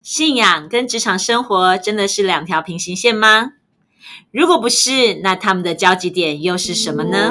信仰跟职场生活真的是两条平行线吗？如果不是，那他们的交集点又是什么呢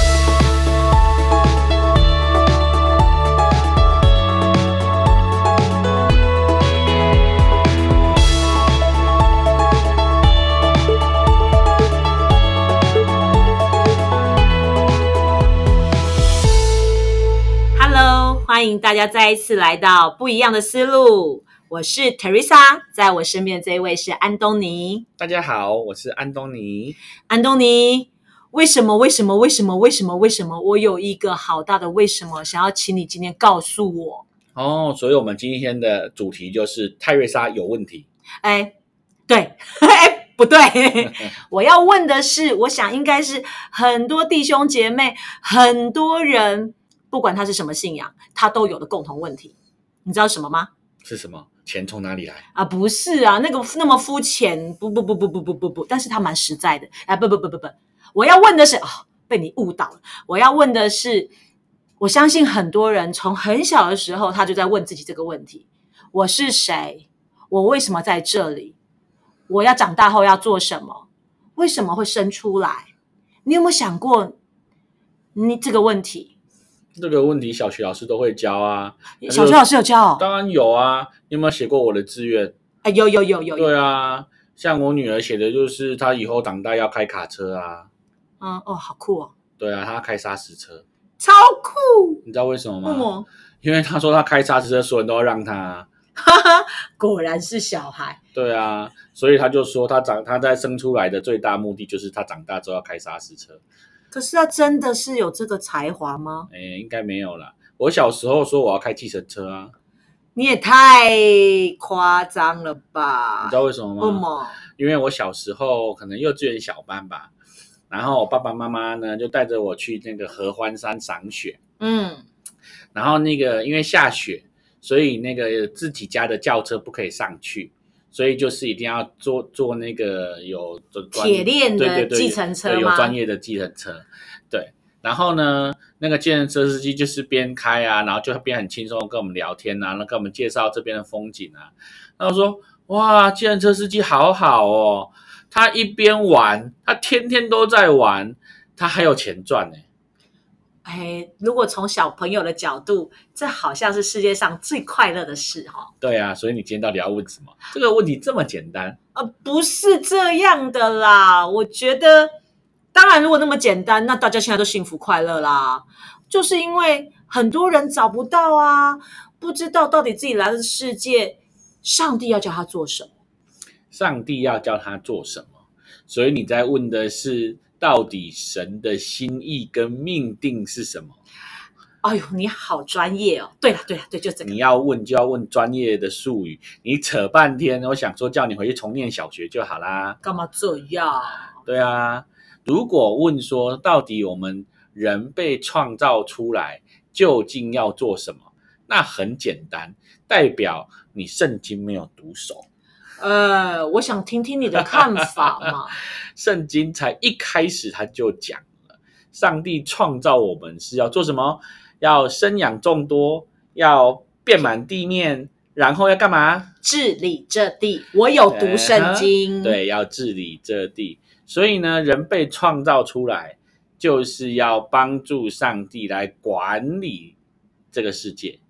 ？Hello， 欢迎大家再一次来到不一样的思路。我是 Teresa， 在我身边的这一位是安东尼。 大家好，我是安东尼。 安东尼，为什么？我有一个好大的为什么，想要请你今天告诉我。 所以我们今天的主题就是泰瑞莎有问题。 对，不对，我要问的是，我想应该是很多弟兄姐妹，很多人，不管他是什么信仰，他都有的共同问题。你知道什么吗？ 是什么？钱从哪里来啊？不是啊，那个那么肤浅，不，但是他蛮实在的。不，我要问的是，被你误导了。我要问的是，我相信很多人从很小的时候，他就在问自己这个问题：我是谁？我为什么在这里？我要长大后要做什么？为什么会生出来？你有没有想过你这个问题？ 这个问题小学老师都会教啊。 小学老师有教哦？ 当然有啊。你有没有写过我的志愿？ 有。 对啊，像我女儿写的就是她以后长大要开卡车啊。 好酷哦。 对啊，她开砂石车， 超酷。 你知道为什么吗？因为她说她开砂石车，所有人都要让她。 果然是小孩。 对啊，所以她就说她在生出来的最大目的就是她长大之后要开砂石车。 可是他真的是有这个才华吗？ 应该没有啦。我小时候说我要开计程车啊。 你也太夸张了吧？ 你知道为什么吗？ 为什么？因为我小时候可能幼稚园小班吧，然后我爸爸妈妈呢就带着我去那个合欢山赏雪。然后那个因为下雪，所以那个自己家的轿车不可以上去，所以就是一定要坐那个有铁链的计程车吗？ 对，有专业的计程车。对，然后呢，那个计程车司机就是边开啊，然后就边很轻松跟我们聊天啊，然后跟我们介绍这边的风景啊。然后说，哇，计程车司机好好哦，他一边玩，他天天都在玩，他还有钱赚呢。 如果从小朋友的角度，这好像是世界上最快乐的事哦。 对啊，所以你今天到底要问什么？这个问题这么简单？ 不是这样的啦。我觉得，当然如果那么简单，那大家现在都幸福快乐啦。就是因为很多人找不到啊，不知道到底自己来的世界，上帝要叫他做什么？ 上帝要叫他做什么？所以你在问的是，到底神的心意跟命定是什么？ 哎呦，你好专业哦！对，就这个。 你要问就要问专业的术语，你扯半天，我想说叫你回去重念小学就好啦。 干嘛这样？ 对啊，如果问说到底我们人被创造出来究竟要做什么，那很简单，代表你圣经没有读熟。 我想听听你的看法嘛。 圣经才一开始他就讲了，上帝创造我们是要做什么？要生养众多，要遍满地面，然后要干嘛？ 治理这地。我有读圣经。 对，要治理这地。所以呢，人被创造出来，就是要帮助上帝来管理这个世界。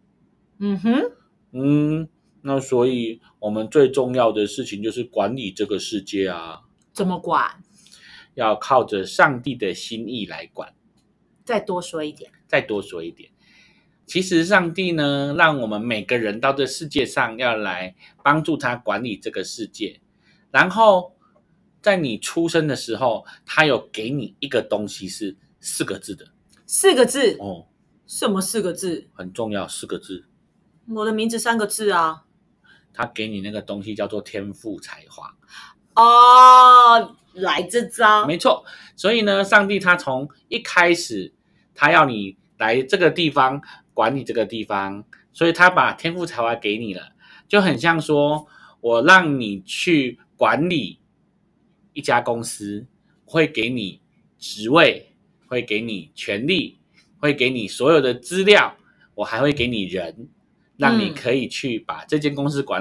那所以我们最重要的事情就是管理这个世界啊。 怎么管？ 要靠着上帝的心意来管。 再多说一点。 其实上帝呢，让我们每个人到这世界上要来帮助他管理这个世界。然后在你出生的时候，他有给你一个东西是4个字的。 4个字？什么4个字？ 很重要，4个字。 我的名字3个字啊。 他给你那个东西叫做天赋才华。 来这招。 没错。所以呢，上帝他从一开始他要你来这个地方管理这个地方，所以他把天赋才华给你了，就很像说我让你去管理一家公司，会给你职位，会给你权利，会给你所有的资料，我还会给你人，让你可以去把这间公司管好。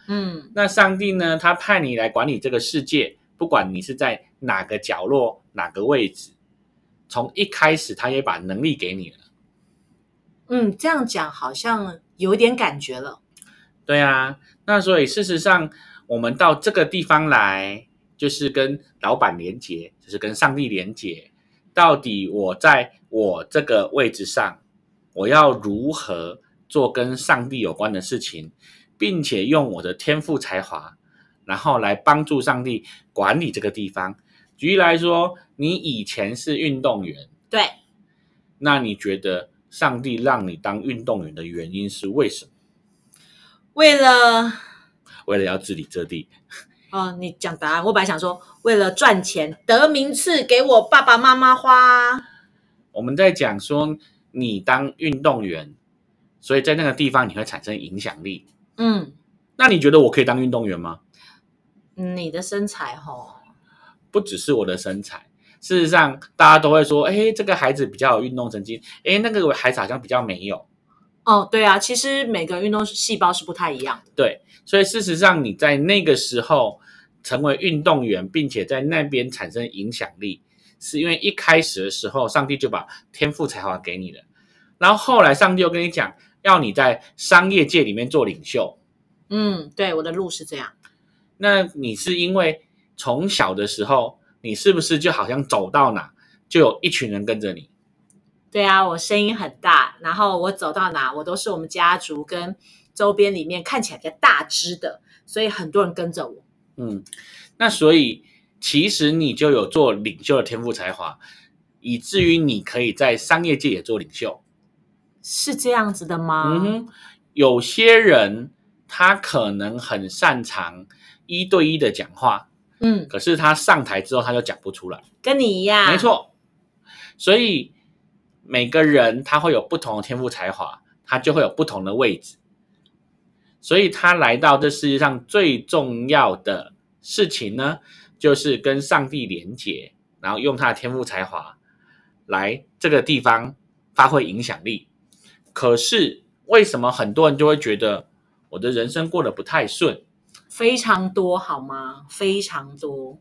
那上帝呢，他派你来管理这个世界，不管你是在哪个角落哪个位置，从一开始他也把能力给你了。 这样讲好像有点感觉了。 对啊，那所以事实上我们到这个地方来，就是跟老板连结，就是跟上帝连结。到底我在我这个位置上，我要如何做跟上帝有关的事情，并且用我的天赋才华，然后来帮助上帝管理这个地方。举例来说，你以前是运动员， 对， 那你觉得上帝让你当运动员的原因是为什么？ 为了要治理这地。 你讲答案，我本来想说为了赚钱得名次给我爸爸妈妈花。 我们在讲说你当运动员，所以在那个地方你会产生影响力。那你觉得我可以当运动员吗？ 你的身材不只是我的身材，事实上大家都会说，这个孩子比较有运动神经，那个孩子好像比较没有。 对啊，其实每个运动细胞是不太一样的。 对，所以事实上你在那个时候成为运动员，并且在那边产生影响力，是因为一开始的时候上帝就把天赋才华给你了，然后后来上帝又跟你讲要你在商业界里面做领袖。 对，我的路是这样。 那你是因为从小的时候，你是不是就好像走到哪就有一群人跟着你？ 对啊，我声音很大，然后我走到哪我都是我们家族跟周边里面看起来比较大只的，所以很多人跟着我。 那所以其实你就有做领袖的天赋才华，以至于你可以在商业界也做领袖。 是这样子的吗？ 有些人他可能很擅长一对一的讲话，可是他上台之后他就讲不出来。 跟你一样。 没错，所以每个人他会有不同的天赋才华，他就会有不同的位置，所以他来到这世界上最重要的事情呢，就是跟上帝连结，然后用他的天赋才华来这个地方发挥影响力。可是为什么很多人就会觉得我的人生过得不太顺？ 非常多好吗？非常多。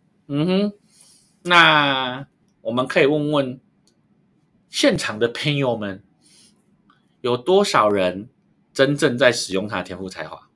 那我们可以问问现场的朋友们，有多少人真正在使用他的天赋才华？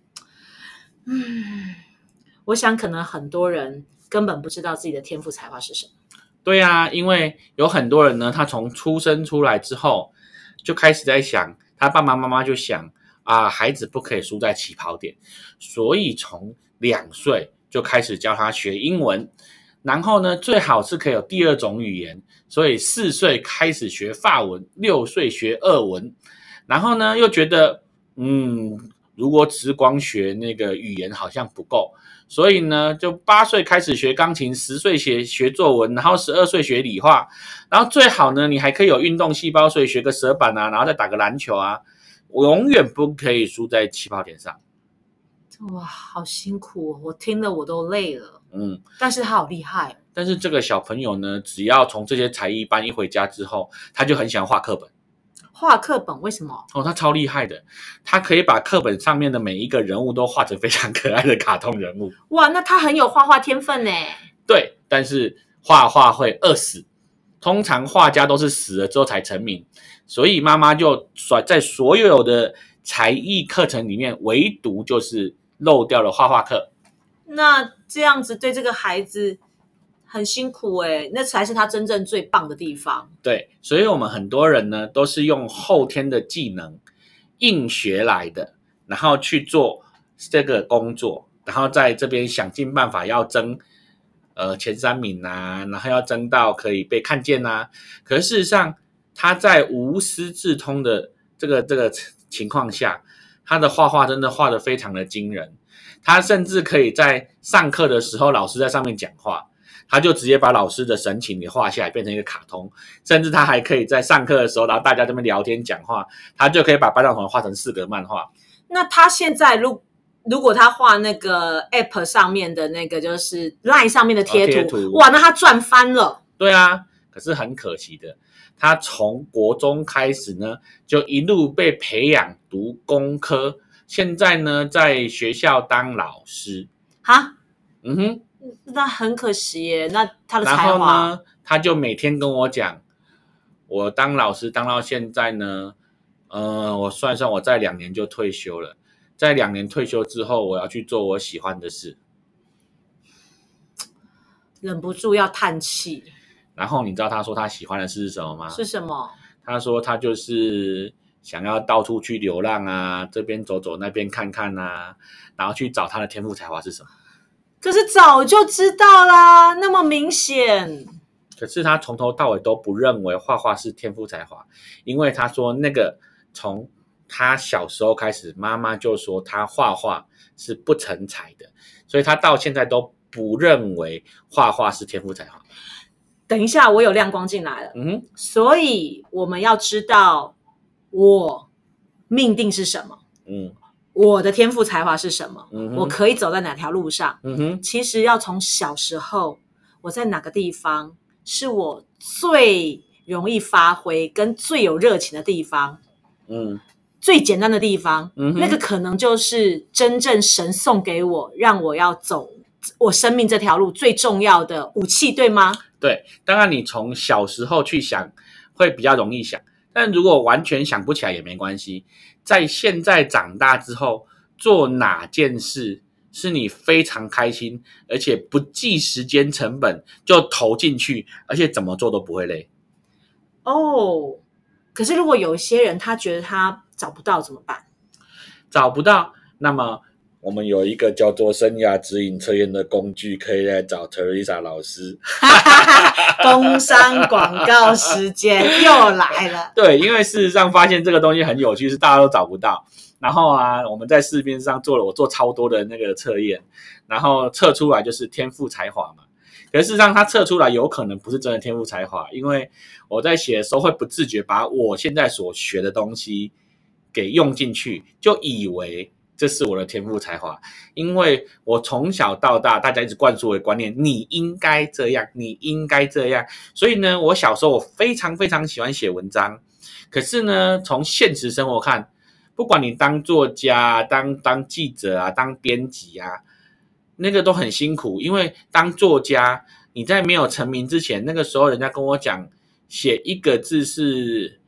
我想可能很多人根本不知道自己的天赋才华是什么。 对啊，因为有很多人呢，他从出生出来之后就开始在想，他爸爸妈妈就想孩子不可以输在起跑点，所以从2岁就开始教他学英文，然后呢最好是可以有第二种语言，所以4岁开始学法文，6岁学俄文，然后呢又觉得如果只光学那个语言好像不够，所以呢就8岁开始学钢琴，10岁学作文，然后12岁学理化，然后最好呢你还可以有运动细胞，所以学个蛇板然后再打个篮球我永远不可以输在起跑点上。 哇，好辛苦我听了我都累了。但是他好厉害。 但是这个小朋友呢，只要从这些才艺班一回家之后，他就很喜欢画课本。 画课本为什么？ 他超厉害的，他可以把课本上面的每一个人物都画成非常可爱的卡通人物。 哇，那他很有画画天分呢。 对，但是画画会饿死，通常画家都是死了之后才成名，所以妈妈就在所有的才艺课程里面，唯独就是漏掉了画画课。 那这样子对这个孩子很辛苦那才是他真正最棒的地方。 对，所以我们很多人呢都是用后天的技能硬学来的，然后去做这个工作，然后在这边想尽办法要争前3名然后要争到可以被看见可是事实上他在无师自通的这个情况下，他的画画真的画得非常的惊人，他甚至可以在上课的时候老师在上面讲话，他就直接把老师的神情给画下来变成一个卡通，甚至他还可以在上课的时候然后大家这边聊天讲话，他就可以把班上同学画成4格漫画。 那他现在如果他画那个 App 上面的那个就是 LINE 上面的贴图，哇，那他赚翻了。 对啊，可是很可惜的，他从国中开始呢就一路被培养读工科， 现在呢在学校当老师。 哈， 嗯哼， 那很可惜耶。那他的然后才华， 呢，他就每天跟我讲，我当老师当到现在呢，我算一算，我在2年就退休了。在2年退休之后，我要去做我喜欢的事。 忍不住要叹气。 然后你知道他说他喜欢的事是什么吗？ 是什么？ 他说他就是想要到处去流浪啊，这边走走那边看看啊，然后去找他的天赋才华是什么。 可是早就知道啦，那么明显。 可是他从头到尾都不认为画画是天赋才华，因为他说那个从他小时候开始，妈妈就说他画画是不成才的，所以他到现在都不认为画画是天赋才华。 等一下，我有亮光进来了。所以我们要知道我命定是什么，我的天赋才华是什么，我可以走在哪条路上。其实要从小时候我在哪个地方是我最容易发挥跟最有热情的地方，最简单的地方，那个可能就是真正神送给我，让我要走我生命这条路最重要的武器，对吗？ 对，当然你从小时候去想会比较容易想，但如果完全想不起来也没关系。在现在长大之后，做哪件事是你非常开心，而且不计时间成本就投进去，而且怎么做都不会累。 哦，可是如果有一些人他觉得他找不到怎么办？ 找不到，那么我们有一个叫做生涯指引测验的工具，可以来找 Teresa 老师。 工商广告时间又来了。 对，因为事实上发现这个东西很有趣，是大家都找不到。然后啊，我们在市面上我做超多的那个测验，然后测出来就是天赋才华嘛。可是事实上它测出来有可能不是真的天赋才华，因为我在写的时候会不自觉把我现在所学的东西给用进去，就以为这是我的天赋才华。因为我从小到大大家一直灌输我的观念，你应该这样，你应该这样。所以呢，我小时候我非常非常喜欢写文章。可是呢，从现实生活看，不管你当作家当记者啊，当编辑啊，那个都很辛苦。因为当作家你在没有成名之前，那个时候人家跟我讲写一个字是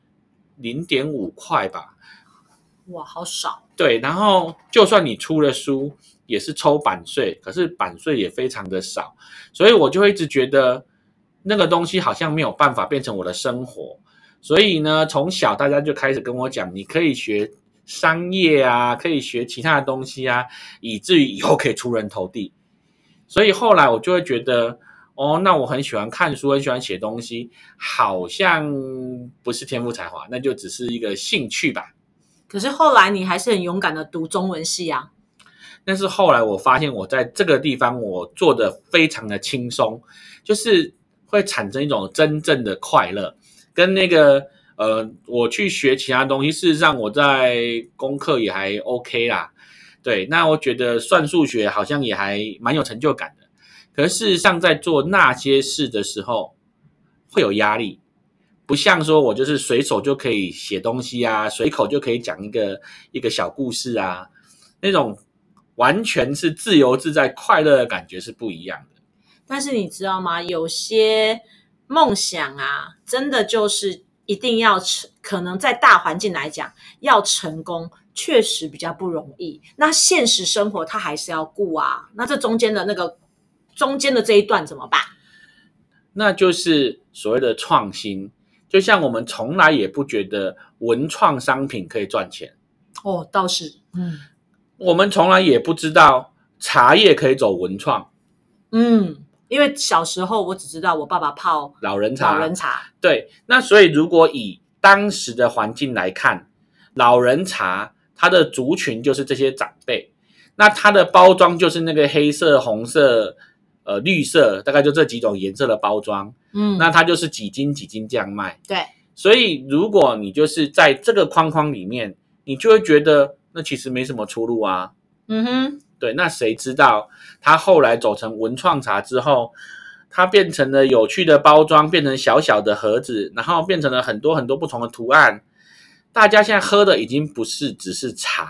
0.5 块吧。 哇，好少。 对，然后就算你出了书也是抽版税，可是版税也非常的少。所以我就会一直觉得那个东西好像没有办法变成我的生活。所以呢，从小大家就开始跟我讲，你可以学商业啊，可以学其他的东西啊，以至于以后可以出人头地。所以后来我就会觉得，那我很喜欢看书，很喜欢写东西，好像不是天赋才华，那就只是一个兴趣吧。 可是后来你还是很勇敢的读中文系啊。 但是后来我发现我在这个地方我做的非常的轻松，就是会产生一种真正的快乐。跟那个我去学其他东西，事实上我在功课也还 OK 啦。对，那我觉得算数学好像也还蛮有成就感的。可是事实上在做那些事的时候会有压力，不像说我就是随手就可以写东西啊，随口就可以讲一个小故事啊，那种完全是自由自在快乐的感觉是不一样的。 但是你知道吗，有些梦想啊真的就是一定要可能在大环境来讲要成功确实比较不容易，那现实生活它还是要顾啊，那这中间的这一段怎么办？ 那就是所谓的创新。就像我们从来也不觉得文创商品可以赚钱。 倒是我们从来也不知道茶叶可以走文创。 因为小时候我只知道我爸爸泡老人茶。对，那所以如果以当时的环境来看，老人茶它的族群就是这些长辈，那它的包装就是那个黑色、红色、绿色，大概就这几种颜色的包装。那它就是几斤几斤这样卖。 对， 所以如果你就是在这个框框里面，你就会觉得那其实没什么出路啊。对，那谁知道它后来走成文创茶之后，它变成了有趣的包装，变成小小的盒子，然后变成了很多很多不同的图案。大家现在喝的已经不是只是茶，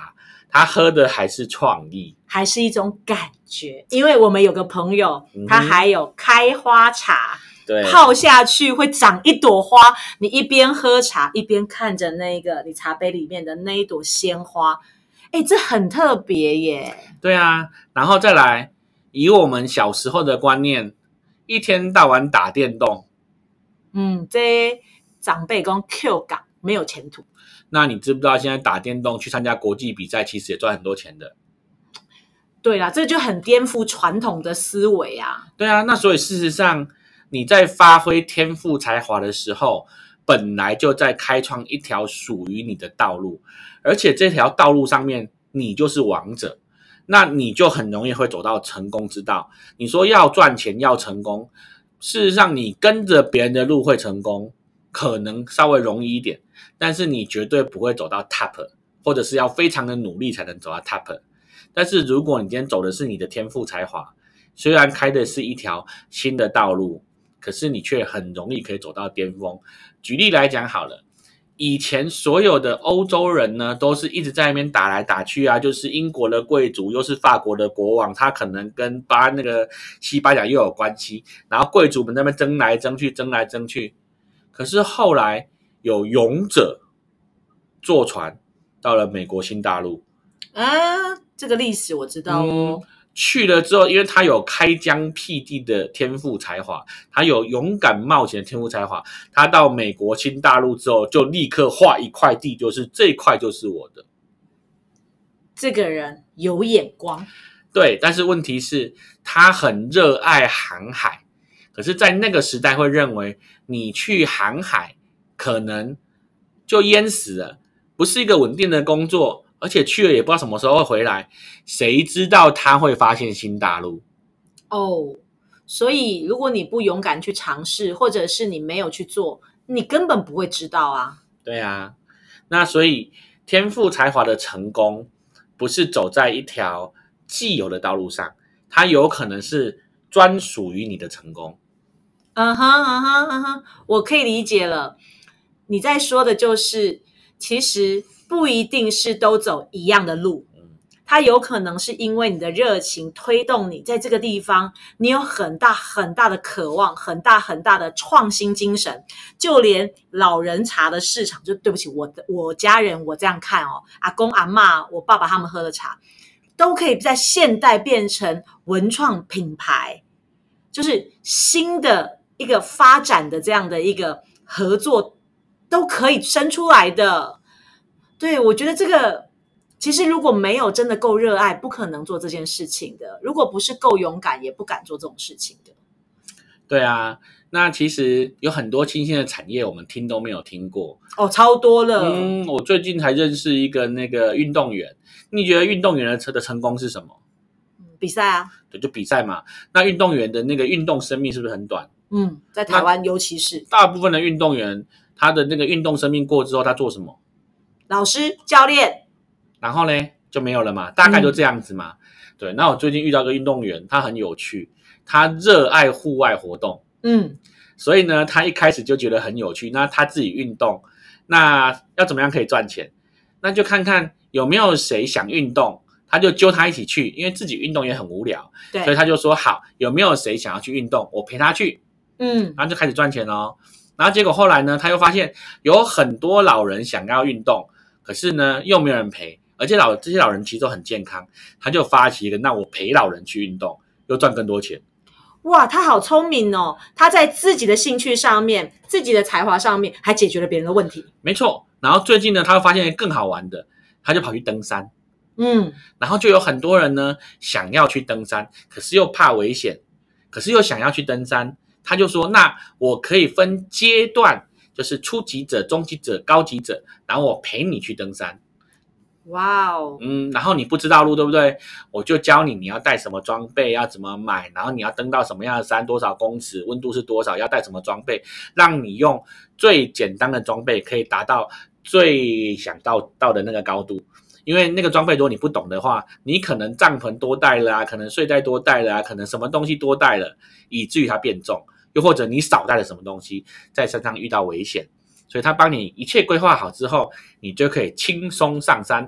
他喝的还是创意， 还是一种感觉。因为我们有个朋友，他还有开花茶， 对， 泡下去会长一朵花，你一边喝茶一边看着那个你茶杯里面的那一朵鲜花，这很特别耶。 对啊，然后再来，以我们小时候的观念，一天到晚打电动， 这长辈讲 Q 港没有前途。 那你知不知道现在打电动去参加国际比赛，其实也赚很多钱的？ 对啦，这就很颠覆传统的思维啊。 对啊，那所以事实上，你在发挥天赋才华的时候，本来就在开创一条属于你的道路，而且这条道路上面你就是王者，那你就很容易会走到成功之道。你说要赚钱要成功，事实上你跟着别人的路会成功，可能稍微容易一点，但是你绝对不会走到 top， 或者是要非常的努力才能走到 top。但是如果你今天走的是你的天赋才华，虽然开的是一条新的道路，可是你却很容易可以走到巅峰。举例来讲好了，以前所有的欧洲人呢，都是一直在那边打来打去啊，就是英国的贵族又是法国的国王，他可能跟那个西班牙又有关系，然后贵族们在那边争来争去争来争去。可是后来有勇者坐船到了美国新大陆这个历史我知道哦。 去了之后，因为他有开疆辟地的天赋才华，他有勇敢冒险的天赋才华，他到美国新大陆之后，就立刻划一块地，就是这一块就是我的。 这个人有眼光。 对，但是问题是，他很热爱航海，可是在那个时代会认为你去航海可能就淹死了，不是一个稳定的工作，而且去了也不知道什么时候会回来，谁知道他会发现新大陆所以如果你不勇敢去尝试，或者是你没有去做，你根本不会知道啊。 对啊，那所以天赋才华的成功不是走在一条既有的道路上，它有可能是专属于你的成功。 我可以理解了。你在说的就是，其实不一定是都走一样的路，它有可能是因为你的热情推动你在这个地方，你有很大很大的渴望，很大很大的创新精神。就连老人茶的市场，就对不起，我家人我这样看阿公阿嬷我爸爸他们喝的茶，都可以在现代变成文创品牌，就是新的一个发展的这样的一个合作都可以生出来的。对，我觉得这个其实如果没有真的够热爱，不可能做这件事情的。如果不是够勇敢，也不敢做这种事情的。 对啊，那其实有很多新兴的产业我们听都没有听过超多了。 我最近才认识一个那个运动员。你觉得运动员的成功是什么？ 比赛啊。 对，就比赛嘛。那运动员的那个运动生命是不是很短？ 在台湾尤其是大部分的运动员，他的那个运动生命过之后，他做什么？ 老师、教练， 然后呢就没有了嘛，大概就这样子嘛。对，那我最近遇到一个运动员，他很有趣，他热爱户外活动，所以呢，他一开始就觉得很有趣。那他自己运动，那要怎么样可以赚钱？那就看看有没有谁想运动，他就揪他一起去，因为自己运动也很无聊， 对， 所以他就说好，有没有谁想要去运动，我陪他去，然后就开始赚钱咯。然后结果后来呢，他又发现有很多老人想要运动，可是呢又没有人陪，而且这些老人其实都很健康，他就发起一个，那我陪老人去运动，又赚更多钱。 哇，他好聪明哦！他在自己的兴趣上面、自己的才华上面，还解决了别人的问题。 没错。然后最近呢，他又发现更好玩的，他就跑去登山。然后就有很多人呢想要去登山，可是又怕危险，可是又想要去登山。他就说，那我可以分阶段，就是初级者、中级者、高级者，然后我陪你去登山。 哇哦， 然后你不知道路，对不对？我就教你要带什么装备，要怎么买，然后你要登到什么样的山，多少公尺，温度是多少，要带什么装备，让你用最简单的装备可以达到最想到的那个高度。因为那个装备如果你不懂的话，你可能帐篷多带了啊，可能睡袋多带了啊，可能什么东西多带了，以至于它变重，又或者你少带了什么东西，在山上遇到危险。所以他帮你一切规划好之后，你就可以轻松上山。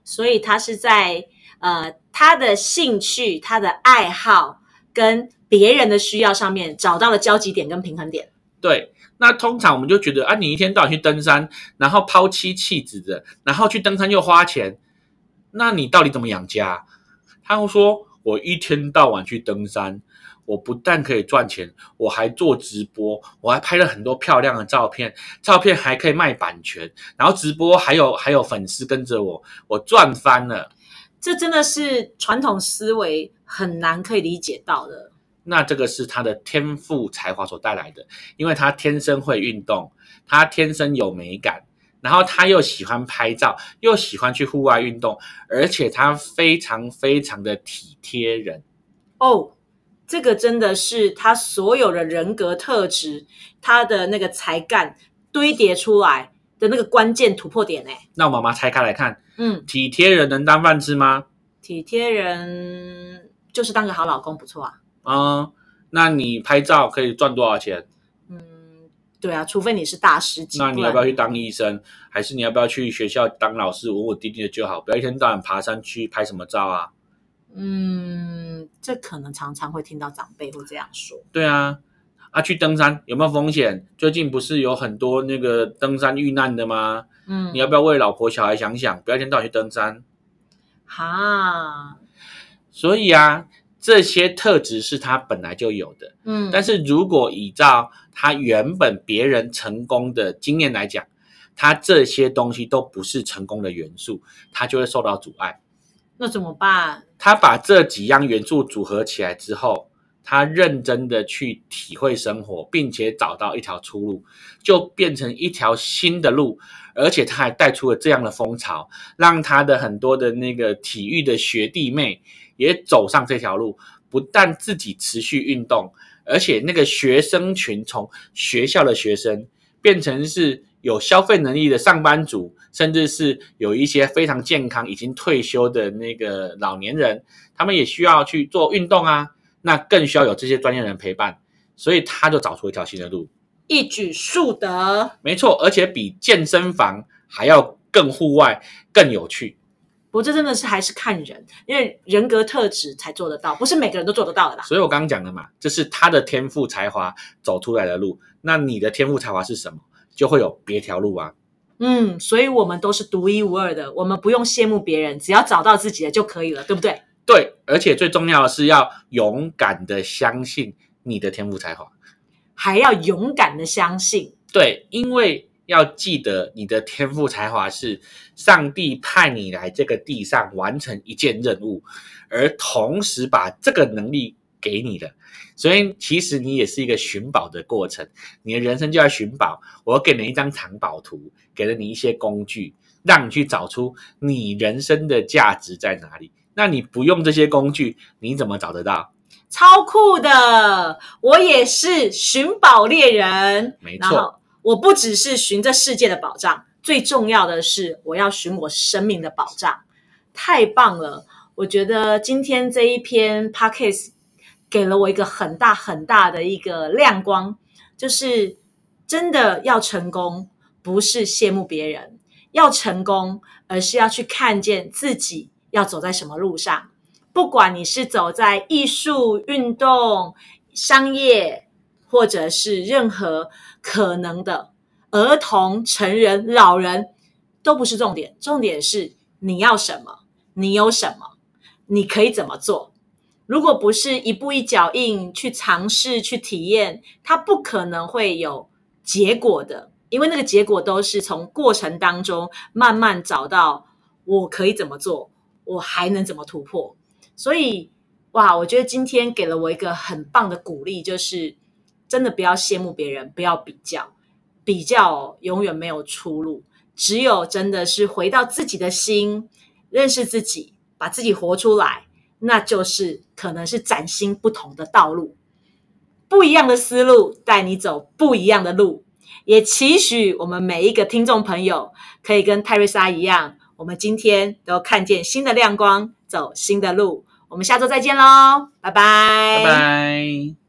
所以他是在他的兴趣、他的爱好跟别人的需要上面找到了交集点跟平衡点。 对，那通常我们就觉得啊，你一天到晚去登山，然后抛妻弃子的，然后去登山又花钱，那你到底怎么养家？他会说，我一天到晚去登山，我不但可以赚钱，我还做直播，我还拍了很多漂亮的照片，照片还可以卖版权，然后直播还有粉丝跟着我，我赚翻了。 这真的是传统思维很难可以理解到的。 那这个是他的天赋才华所带来的，因为他天生会运动，他天生有美感，然后他又喜欢拍照，又喜欢去户外运动，而且他非常非常的体贴人。 这个真的是他所有的人格特质，他的那个才干堆叠出来的那个关键突破点。 那我妈妈拆开来看，体贴人能当饭吃吗？ 体贴人就是当个好老公不错啊。 那你拍照可以赚多少钱？ 对啊，除非你是大师级。 那你要不要去当医生？还是你要不要去学校当老师，稳稳定定的就好，不要一天到晚爬山去拍什么照啊？ 这可能常常会听到长辈会这样说。 对啊，去登山有没有风险？最近不是有很多那个登山遇难的吗？你要不要为老婆小孩想想，不要一天到晚去登山？所以啊，这些特质是他本来就有的。但是如果依照他原本别人成功的经验来讲，他这些东西都不是成功的元素，他就会受到阻碍。 那怎么办？ 他把这几样元素组合起来之后，他认真的去体会生活，并且找到一条出路，就变成一条新的路，而且他还带出了这样的风潮，让他的很多的那个体育的学弟妹也走上这条路，不但自己持续运动，而且那个学生群从学校的学生变成是有消费能力的上班族，甚至是有一些非常健康已经退休的那个老年人，他们也需要去做运动啊，那更需要有这些专业人陪伴，所以他就找出一条新的路， 一举数得。 没错，而且比健身房还要更户外更有趣。 不过这真的是还是看人，因为人格特质才做得到，不是每个人都做得到的啦。 所以我刚刚讲的嘛，这是他的天赋才华走出来的路，那你的天赋才华是什么？就会有别条路啊。 所以我们都是独一无二的，我们不用羡慕别人，只要找到自己的就可以了，对不对？ 对，而且最重要的是要勇敢的相信你的天赋才华， 还要勇敢的相信。 对，因为要记得你的天赋才华是上帝派你来这个地上完成一件任务，而同时把这个能力给你了，所以其实你也是一个寻宝的过程，你的人生就在寻宝。我给你一张藏宝图，给了你一些工具，让你去找出你人生的价值在哪里。那你不用这些工具，你怎么找得到？ 超酷的，我也是寻宝猎人。 没错， 我不只是寻这世界的宝藏，最重要的是我要寻我生命的宝藏。太棒了，我觉得今天这一篇 podcast 给了我一个很大很大的一个亮光，就是真的要成功，不是羡慕别人，要成功，而是要去看见自己要走在什么路上。不管你是走在艺术、运动、商业，或者是任何可能的儿童、成人、老人，都不是重点。重点是你要什么，你有什么，你可以怎么做。如果不是一步一脚印去尝试、去体验，它不可能会有结果的，因为那个结果都是从过程当中慢慢找到我可以怎么做，我还能怎么突破。所以我觉得今天给了我一个很棒的鼓励，就是真的不要羡慕别人，不要比较，比较永远没有出路，只有真的是回到自己的心，认识自己，把自己活出来，那就是可能是崭新不同的道路，不一样的思路带你走不一样的路。也期许我们每一个听众朋友可以跟泰瑞莎一样，我们今天都看见新的亮光，走新的路。我们下周再见咯，拜拜。 拜拜。